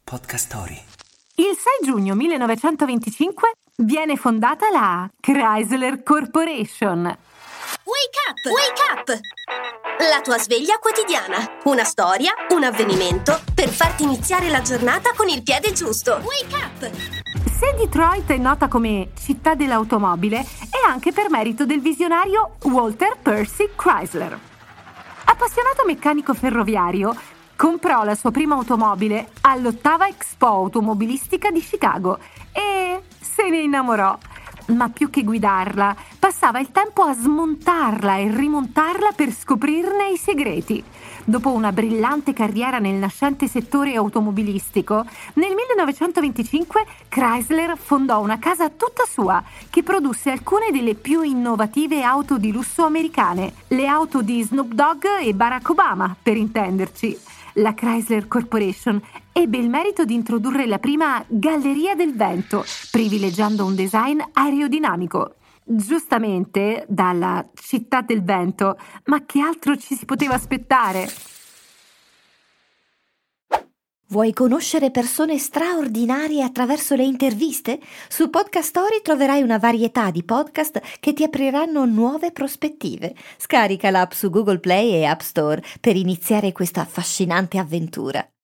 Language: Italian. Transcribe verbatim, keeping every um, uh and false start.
Podcast Story. Il sei giugno millenovecentoventicinque viene fondata la Chrysler Corporation. Wake up! Wake up! La tua sveglia quotidiana. Una storia, un avvenimento per farti iniziare la giornata con il piede giusto. Wake up! Se Detroit è nota come città dell'automobile, è anche per merito del visionario Walter Percy Chrysler. Appassionato meccanico ferroviario, comprò la sua prima automobile all'ottava Expo automobilistica di Chicago e se ne innamorò. Ma più che guidarla, passava il tempo a smontarla e rimontarla per scoprirne i segreti. Dopo una brillante carriera nel nascente settore automobilistico, nel millenovecentoventicinque Chrysler fondò una casa tutta sua che produsse alcune delle più innovative auto di lusso americane, le auto di Snoop Dogg e Barack Obama, per intenderci. La Chrysler Corporation ebbe il merito di introdurre la prima galleria del vento, privilegiando un design aerodinamico. Giustamente, dalla città del vento, ma che altro ci si poteva aspettare? Vuoi conoscere persone straordinarie attraverso le interviste? Su Podcast Story troverai una varietà di podcast che ti apriranno nuove prospettive. Scarica l'app su Google Play e App Store per iniziare questa affascinante avventura.